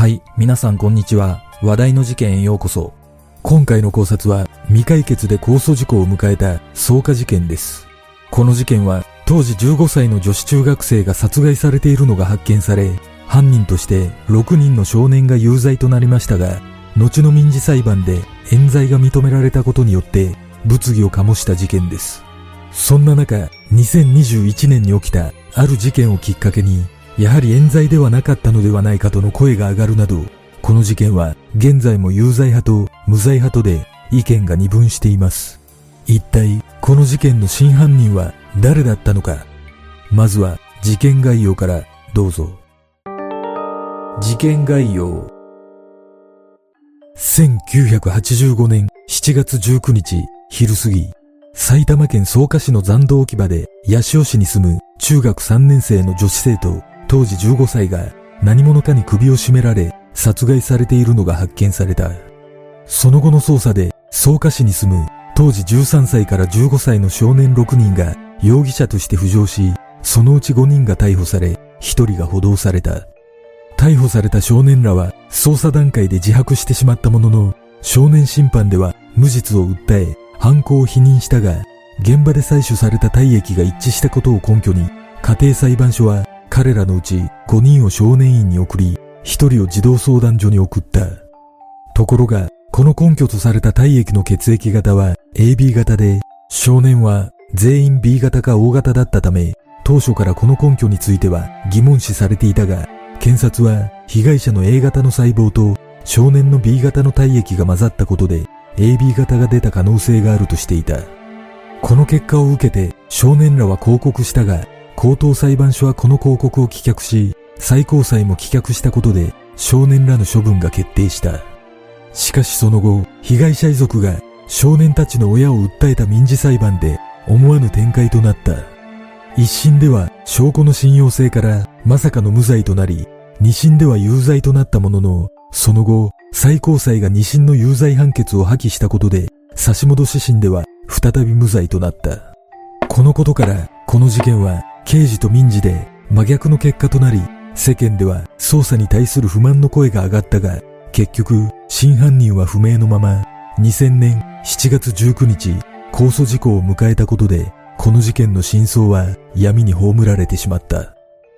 はい、皆さんこんにちは。話題の事件へようこそ。今回の考察は未解決で控訴事故を迎えた草加事件です。この事件は当時15歳の女子中学生が殺害されているのが発見され、犯人として6人の少年が有罪となりましたが、後の民事裁判で冤罪が認められたことによって物議を醸した事件です。そんな中、2021年に起きたある事件をきっかけに、やはり冤罪ではなかったのではないかとの声が上がるなど、この事件は現在も有罪派と無罪派とで意見が二分しています。一体この事件の真犯人は誰だったのか。まずは事件概要からどうぞ。事件概要。1985年7月19日昼過ぎ、埼玉県草加市の残土置き場で八潮市に住む中学3年生の女子生徒当時15歳が何者かに首を絞められ殺害されているのが発見された。その後の捜査で草加市に住む当時13歳から15歳の少年6人が容疑者として浮上し、そのうち5人が逮捕され1人が補導された。逮捕された少年らは捜査段階で自白してしまったものの、少年審判では無実を訴え犯行を否認したが、現場で採取された体液が一致したことを根拠に家庭裁判所は彼らのうち5人を少年院に送り、1人を児童相談所に送った。ところがこの根拠とされた体液の血液型は AB 型で、少年は全員 B 型か O 型だったため、当初からこの根拠については疑問視されていたが、検察は被害者の A 型の細胞と少年の B 型の体液が混ざったことで AB 型が出た可能性があるとしていた。この結果を受けて少年らは抗告したが、高等裁判所はこの抗告を棄却し、最高裁も棄却したことで少年らの処分が決定した。しかしその後、被害者遺族が少年たちの親を訴えた民事裁判で思わぬ展開となった。一審では証拠の信用性からまさかの無罪となり、二審では有罪となったものの、その後最高裁が二審の有罪判決を破棄したことで、差し戻し審では再び無罪となった。このことからこの事件は刑事と民事で真逆の結果となり、世間では捜査に対する不満の声が上がったが、結局真犯人は不明のまま2000年7月19日控訴事故を迎えたことで、この事件の真相は闇に葬られてしまった。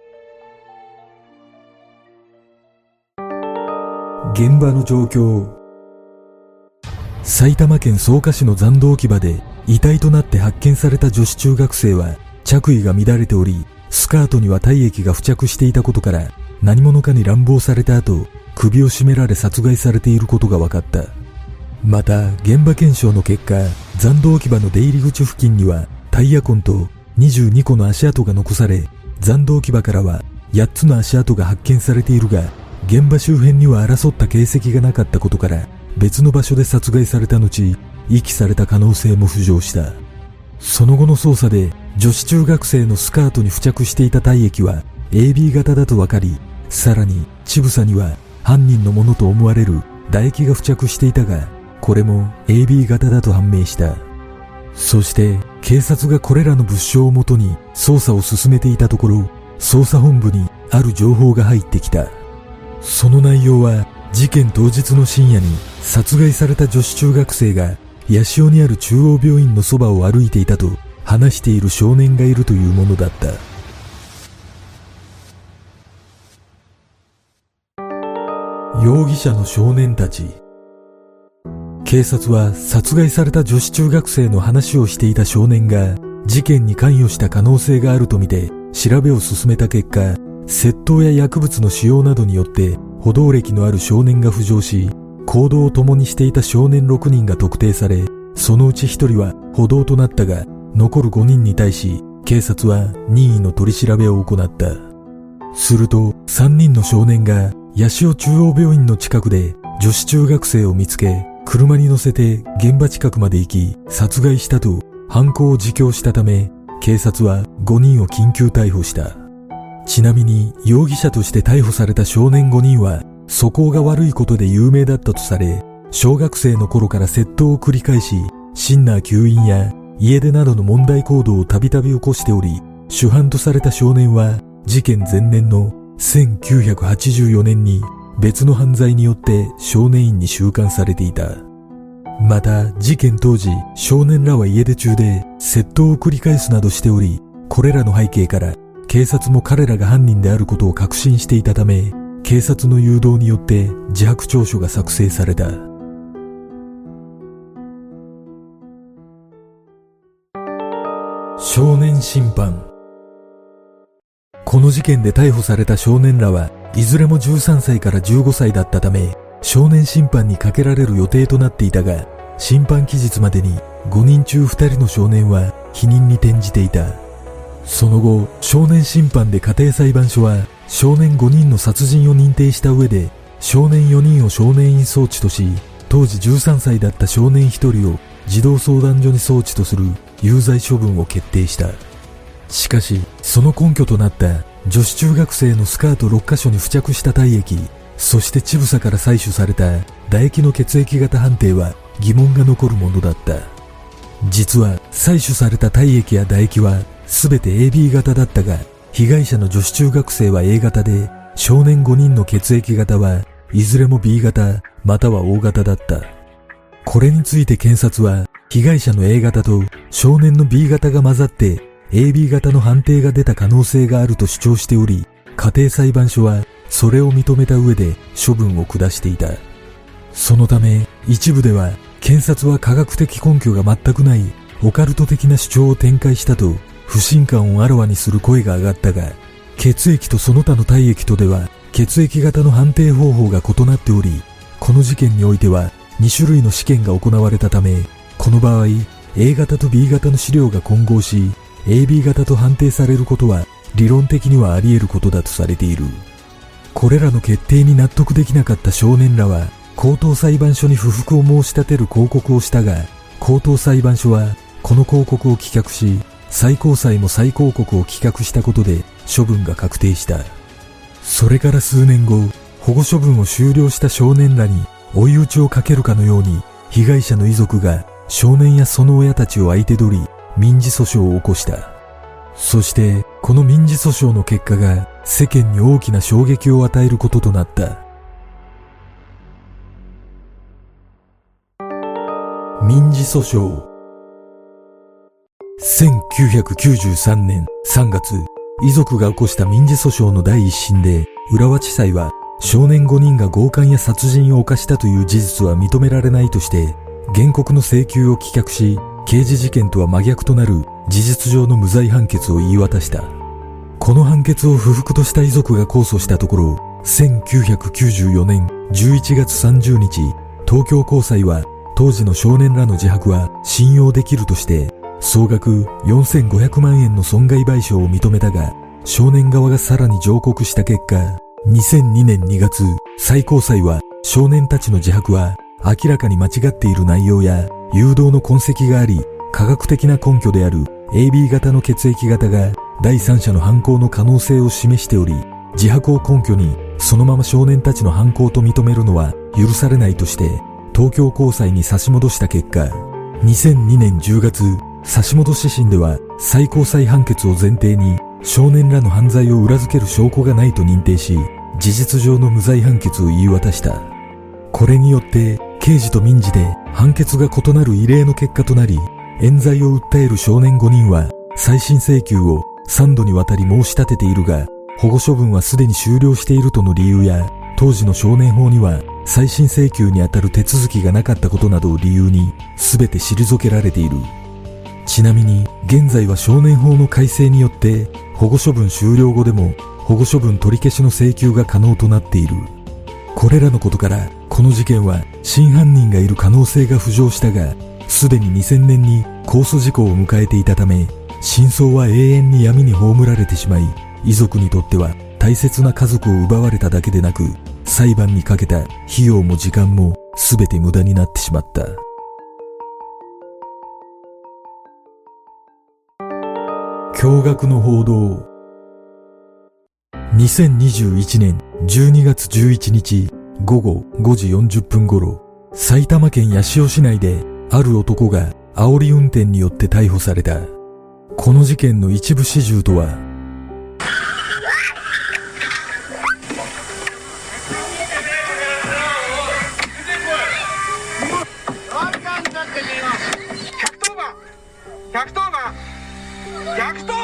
現場の状況。埼玉県草加市の残土置き場で遺体となって発見された女子中学生は着衣が乱れており、スカートには体液が付着していたことから何者かに乱暴された後、首を絞められ殺害されていることが分かった。また現場検証の結果、残土置き場の出入り口付近にはタイヤ痕と22個の足跡が残され、残土置き場からは8つの足跡が発見されているが、現場周辺には争った形跡がなかったことから別の場所で殺害された後、遺棄された可能性も浮上した。その後の捜査で女子中学生のスカートに付着していた体液は AB 型だと分かり、さらに乳房には犯人のものと思われる唾液が付着していたが、これも AB 型だと判明した。そして警察がこれらの物証をもとに捜査を進めていたところ、捜査本部にある情報が入ってきた。その内容は、事件当日の深夜に殺害された女子中学生が八潮にある中央病院のそばを歩いていたと話している少年がいるというものだった。容疑者の少年たち。警察は殺害された女子中学生の話をしていた少年が事件に関与した可能性があるとみて調べを進めた結果、窃盗や薬物の使用などによって補導歴のある少年が浮上し、行動を共にしていた少年6人が特定され、そのうち1人は補導となったが、残る5人に対し警察は任意の取り調べを行った。すると3人の少年が八潮中央病院の近くで女子中学生を見つけ、車に乗せて現場近くまで行き殺害したと犯行を自供したため、警察は5人を緊急逮捕した。ちなみに容疑者として逮捕された少年5人は素行が悪いことで有名だったとされ、小学生の頃から窃盗を繰り返し、シンナー吸引や家出などの問題行動をたびたび起こしており、主犯とされた少年は事件前年の1984年に別の犯罪によって少年院に収監されていた。また事件当時、少年らは家出中で窃盗を繰り返すなどしており、これらの背景から警察も彼らが犯人であることを確信していたため、警察の誘導によって自白調書が作成された。少年審判。この事件で逮捕された少年らはいずれも13歳から15歳だったため、少年審判にかけられる予定となっていたが、審判期日までに5人中2人の少年は否認に転じていた。その後、少年審判で家庭裁判所は少年5人の殺人を認定した上で、少年4人を少年院送致とし、当時13歳だった少年1人を児童相談所に送致とする有罪処分を決定した。しかし、その根拠となった女子中学生のスカート6カ所に付着した体液、そして乳房から採取された唾液の血液型判定は疑問が残るものだった。実は採取された体液や唾液は全て AB 型だったが、被害者の女子中学生は A 型で、少年5人の血液型はいずれも B 型または O 型だった。これについて検察は、被害者の A 型と少年の B 型が混ざって AB 型の判定が出た可能性があると主張しており、家庭裁判所はそれを認めた上で処分を下していた。そのため一部では検察は科学的根拠が全くないオカルト的な主張を展開したと不信感をあらわにする声が上がったが、血液とその他の体液とでは血液型の判定方法が異なっており、この事件においては2種類の試験が行われたため、この場合 A 型と B 型の資料が混合し AB 型と判定されることは理論的にはあり得ることだとされている。これらの決定に納得できなかった少年らは高等裁判所に不服を申し立てる抗告をしたが、高等裁判所はこの抗告を棄却し、最高裁も再抗告を棄却したことで処分が確定した。それから数年後、保護処分を終了した少年らに追い打ちをかけるかのように、被害者の遺族が少年やその親たちを相手取り民事訴訟を起こした。そしてこの民事訴訟の結果が世間に大きな衝撃を与えることとなった。民事訴訟。1993年3月、遺族が起こした民事訴訟の第一審で、浦和地裁は少年5人が強姦や殺人を犯したという事実は認められないとして、原告の請求を棄却し、刑事事件とは真逆となる事実上の無罪判決を言い渡した。この判決を不服とした遺族が控訴したところ、1994年11月30日、東京高裁は当時の少年らの自白は信用できるとして、総額4500万円の損害賠償を認めたが、少年側がさらに上告した結果、2002年2月、最高裁は少年たちの自白は明らかに間違っている内容や誘導の痕跡があり、科学的な根拠である AB 型の血液型が第三者の犯行の可能性を示しており、自白を根拠にそのまま少年たちの犯行と認めるのは許されないとして、東京高裁に差し戻した結果、2002年10月、差し戻し審では最高裁判決を前提に少年らの犯罪を裏付ける証拠がないと認定し、事実上の無罪判決を言い渡した。これによって刑事と民事で判決が異なる異例の結果となり、冤罪を訴える少年5人は再審請求を3度にわたり申し立てているが、保護処分はすでに終了しているとの理由や、当時の少年法には再審請求にあたる手続きがなかったことなどを理由に全て退けられている。ちなみに現在は少年法の改正によって保護処分終了後でも保護処分取り消しの請求が可能となっている。これらのことからこの事件は真犯人がいる可能性が浮上したが、すでに2000年に控訴事項を迎えていたため、真相は永遠に闇に葬られてしまい、遺族にとっては大切な家族を奪われただけでなく、裁判にかけた費用も時間も全て無駄になってしまった。驚愕の報道。2021年12月11日午後5時40分頃、埼玉県八潮市内である男が煽り運転によって逮捕された。この事件の一部始終とは、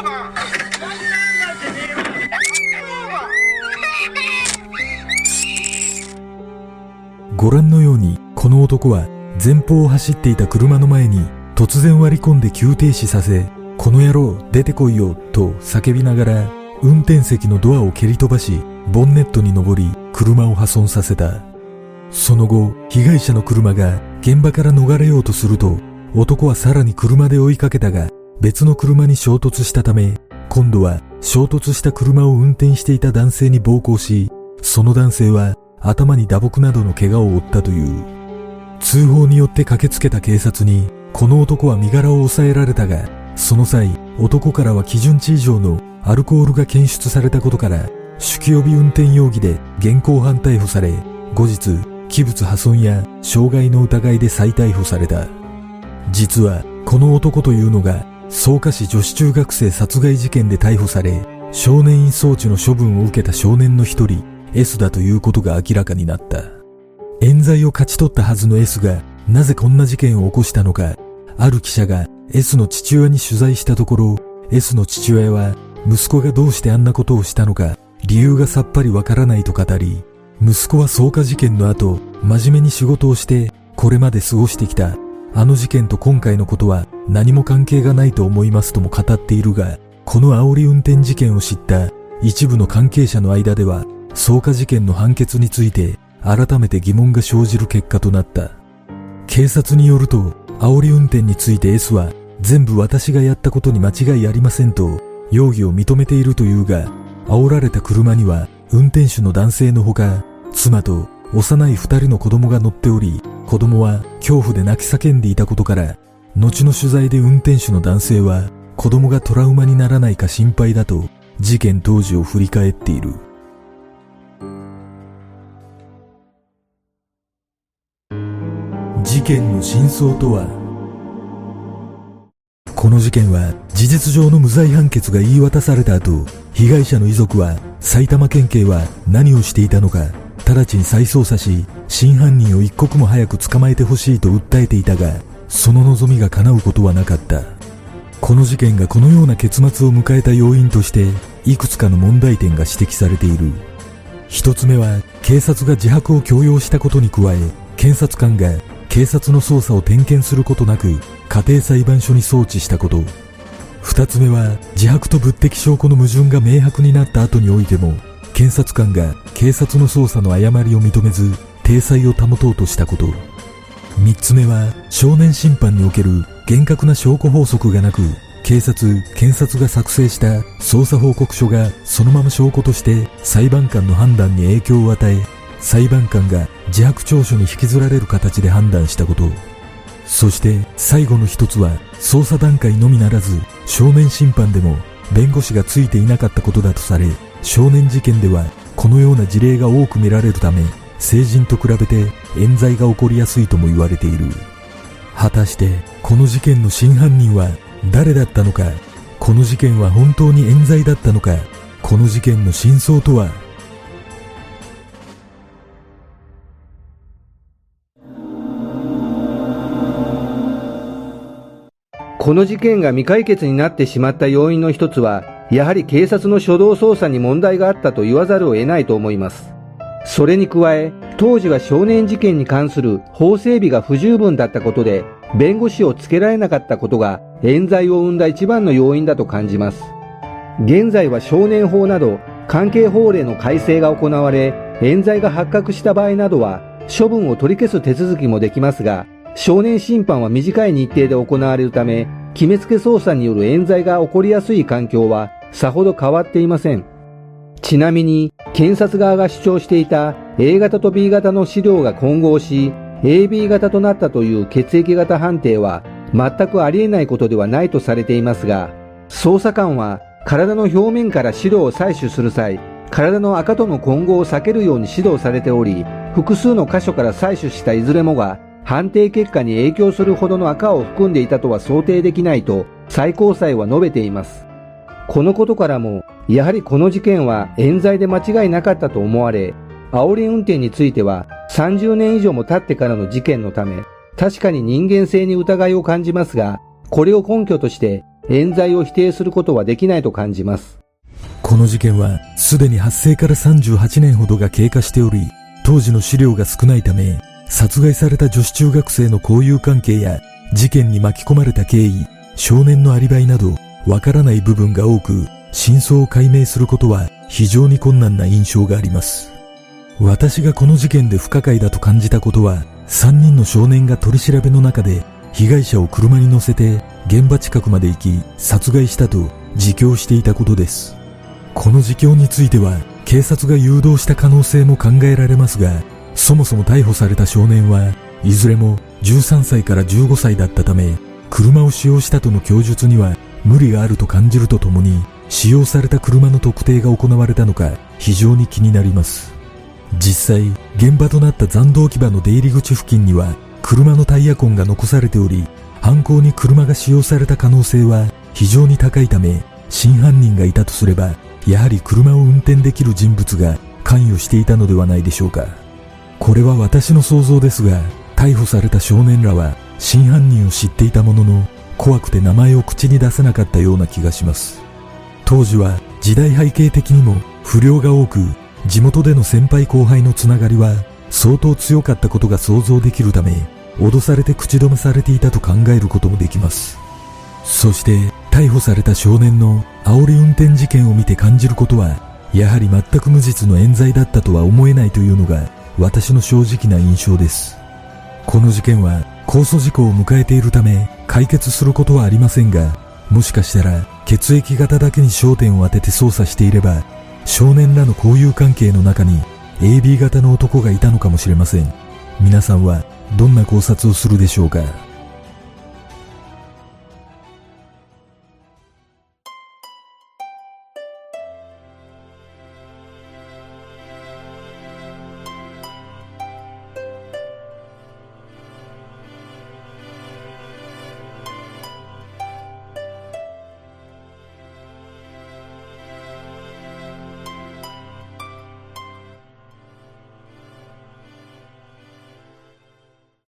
ご覧のように、この男は前方を走っていた車の前に突然割り込んで急停止させ、この野郎出てこいよと叫びながら運転席のドアを蹴り飛ばし、ボンネットに登り車を破損させた。その後、被害者の車が現場から逃れようとすると、男はさらに車で追いかけたが別の車に衝突したため、今度は衝突した車を運転していた男性に暴行し、その男性は頭に打撲などの怪我を負ったという。通報によって駆けつけた警察にこの男は身柄を抑えられたが、その際男からは基準値以上のアルコールが検出されたことから酒気帯び運転容疑で現行犯逮捕され、後日器物破損や傷害の疑いで再逮捕された。実はこの男というのが草加市女子中学生殺害事件で逮捕され、少年院送致の処分を受けた少年の一人 S だということが明らかになった。冤罪を勝ち取ったはずの S がなぜこんな事件を起こしたのか、ある記者が S の父親に取材したところ、 S の父親は息子がどうしてあんなことをしたのか理由がさっぱりわからないと語り、息子は草加事件の後真面目に仕事をしてこれまで過ごしてきた、あの事件と今回のことは何も関係がないと思いますとも語っているが、この煽り運転事件を知った一部の関係者の間では草加事件の判決について改めて疑問が生じる結果となった。警察によると、煽り運転について S は全部私がやったことに間違いありませんと容疑を認めているというが、煽られた車には運転手の男性のほか妻と幼い2人の子供が乗っており、子供は恐怖で泣き叫んでいたことから、後の取材で運転手の男性は子供がトラウマにならないか心配だと事件当時を振り返っている。事件の真相とは。この事件は事実上の無罪判決が言い渡された後、被害者の遺族は埼玉県警は何をしていたのか直ちに再捜査し、真犯人を一刻も早く捕まえてほしいと訴えていたが、その望みが叶うことはなかった。この事件がこのような結末を迎えた要因としていくつかの問題点が指摘されている。一つ目は警察が自白を強要したことに加え、検察官が警察の捜査を点検することなく家庭裁判所に送致したこと。二つ目は自白と物的証拠の矛盾が明白になった後においても検察官が警察の捜査の誤りを認めず体裁を保とうとしたこと。三つ目は少年審判における厳格な証拠法則がなく、警察・検察が作成した捜査報告書がそのまま証拠として裁判官の判断に影響を与え、裁判官が自白調書に引きずられる形で判断したこと。そして最後の一つは捜査段階のみならず少年審判でも弁護士がついていなかったことだとされ、少年事件ではこのような事例が多く見られるため、成人と比べて冤罪が起こりやすいとも言われている。果たしてこの事件の真犯人は誰だったのか、この事件は本当に冤罪だったのか、この事件の真相とは。 この事件が未解決になってしまった要因の一つは、やはり警察の初動捜査に問題があったと言わざるを得ないと思います。それに加え、当時は少年事件に関する法整備が不十分だったことで、弁護士をつけられなかったことが冤罪を生んだ一番の要因だと感じます。現在は少年法など関係法令の改正が行われ、冤罪が発覚した場合などは処分を取り消す手続きもできますが、少年審判は短い日程で行われるため、決めつけ捜査による冤罪が起こりやすい環境はさほど変わっていません。ちなみに、検察側が主張していた A 型と B 型の資料が混合し、AB 型となったという血液型判定は全くありえないことではないとされていますが、捜査官は体の表面から資料を採取する際、体の赤との混合を避けるように指導されており、複数の箇所から採取したいずれもが判定結果に影響するほどの赤を含んでいたとは想定できないと最高裁は述べています。このことからも、やはりこの事件は冤罪で間違いなかったと思われ、煽り運転については30年以上も経ってからの事件のため、確かに人間性に疑いを感じますが、これを根拠として冤罪を否定することはできないと感じます。 この事件はすでに発生から38年ほどが経過しており、当時の資料が少ないため、殺害された女子中学生の交友関係や事件に巻き込まれた経緯、少年のアリバイなどわからない部分が多く、真相を解明することは非常に困難な印象があります。私がこの事件で不可解だと感じたことは、3人の少年が取り調べの中で被害者を車に乗せて現場近くまで行き殺害したと自供していたことです。この自供については警察が誘導した可能性も考えられますが、そもそも逮捕された少年はいずれも13歳から15歳だったため、車を使用したとの供述には無理があると感じるとともに、使用された車の特定が行われたのか非常に気になります。実際、現場となった残土置き場の出入り口付近には車のタイヤ痕が残されており、犯行に車が使用された可能性は非常に高いため、真犯人がいたとすれば、やはり車を運転できる人物が関与していたのではないでしょうか。これは私の想像ですが、逮捕された少年らは真犯人を知っていたものの、怖くて名前を口に出せなかったような気がします。当時は時代背景的にも不良が多く、地元での先輩後輩のつながりは相当強かったことが想像できるため、脅されて口止めされていたと考えることもできます。そして逮捕された少年の煽り運転事件を見て感じることは、やはり全く無実の冤罪だったとは思えないというのが私の正直な印象です。この事件は控訴事項を迎えているため解決することはありませんが、もしかしたら血液型だけに焦点を当てて捜査していれば、少年らの交友関係の中に AB 型の男がいたのかもしれません。皆さんはどんな考察をするでしょうか。